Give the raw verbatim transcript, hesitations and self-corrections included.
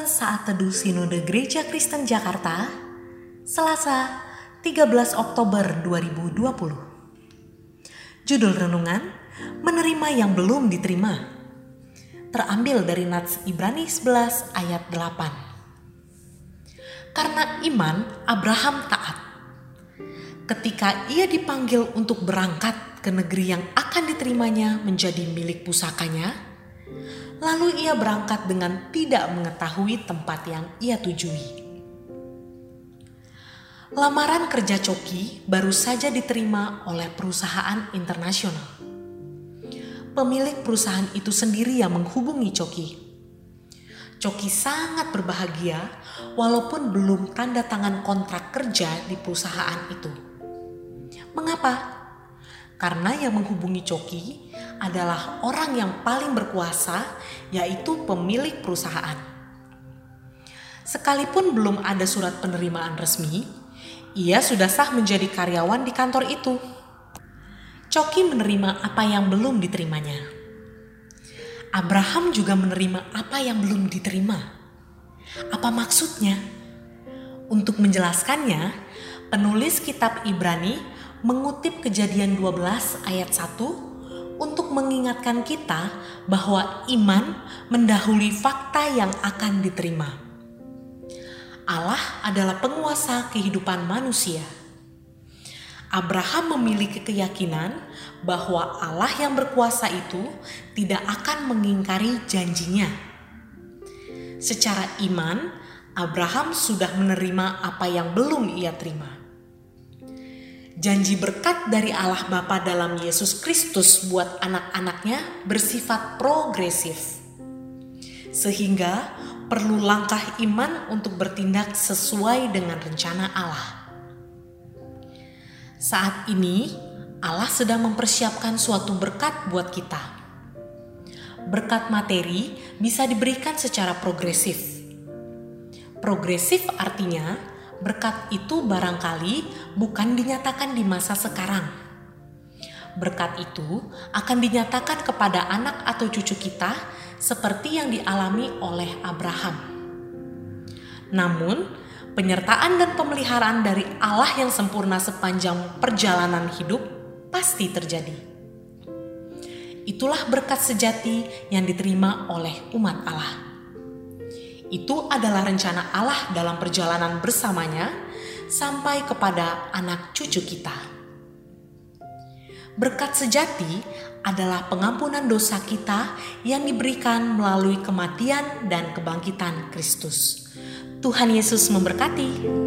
Renungan Saat Teduh Sinode Gereja Kristen Jakarta, Selasa, tiga belas Oktober dua ribu dua puluh. Judul renungan, Menerima yang belum diterima. Terambil dari Nats Ibrani sebelas ayat delapan. Karena iman, Abraham taat. Ketika ia dipanggil untuk berangkat ke negeri yang akan diterimanya menjadi milik pusakanya, lalu ia berangkat dengan tidak mengetahui tempat yang ia tujui. Lamaran kerja Coki baru saja diterima oleh perusahaan internasional. Pemilik perusahaan itu sendiri yang menghubungi Coki. Coki sangat berbahagia walaupun belum tanda tangan kontrak kerja di perusahaan itu. Mengapa? Karena yang menghubungi Coki adalah orang yang paling berkuasa, yaitu pemilik perusahaan. Sekalipun belum ada surat penerimaan resmi, ia sudah sah menjadi karyawan di kantor itu. Coki menerima apa yang belum diterimanya. Abraham juga menerima apa yang belum diterima. Apa maksudnya? Untuk menjelaskannya, penulis kitab Ibrani mengutip Kejadian dua belas ayat satu untuk mengingatkan kita bahwa iman mendahului fakta yang akan diterima. Allah adalah penguasa kehidupan manusia. Abraham memiliki keyakinan bahwa Allah yang berkuasa itu tidak akan mengingkari janjinya. Secara iman, Abraham sudah menerima apa yang belum ia terima. Janji berkat dari Allah Bapa dalam Yesus Kristus buat anak-anaknya bersifat progresif. Sehingga perlu langkah iman untuk bertindak sesuai dengan rencana Allah. Saat ini Allah sedang mempersiapkan suatu berkat buat kita. Berkat materi bisa diberikan secara progresif. Progresif artinya berkat itu barangkali bukan dinyatakan di masa sekarang. Berkat itu akan dinyatakan kepada anak atau cucu kita seperti yang dialami oleh Abraham. Namun, penyertaan dan pemeliharaan dari Allah yang sempurna sepanjang perjalanan hidup pasti terjadi. Itulah berkat sejati yang diterima oleh umat Allah. Itu adalah rencana Allah dalam perjalanan bersamanya sampai kepada anak cucu kita. Berkat sejati adalah pengampunan dosa kita yang diberikan melalui kematian dan kebangkitan Kristus. Tuhan Yesus memberkati.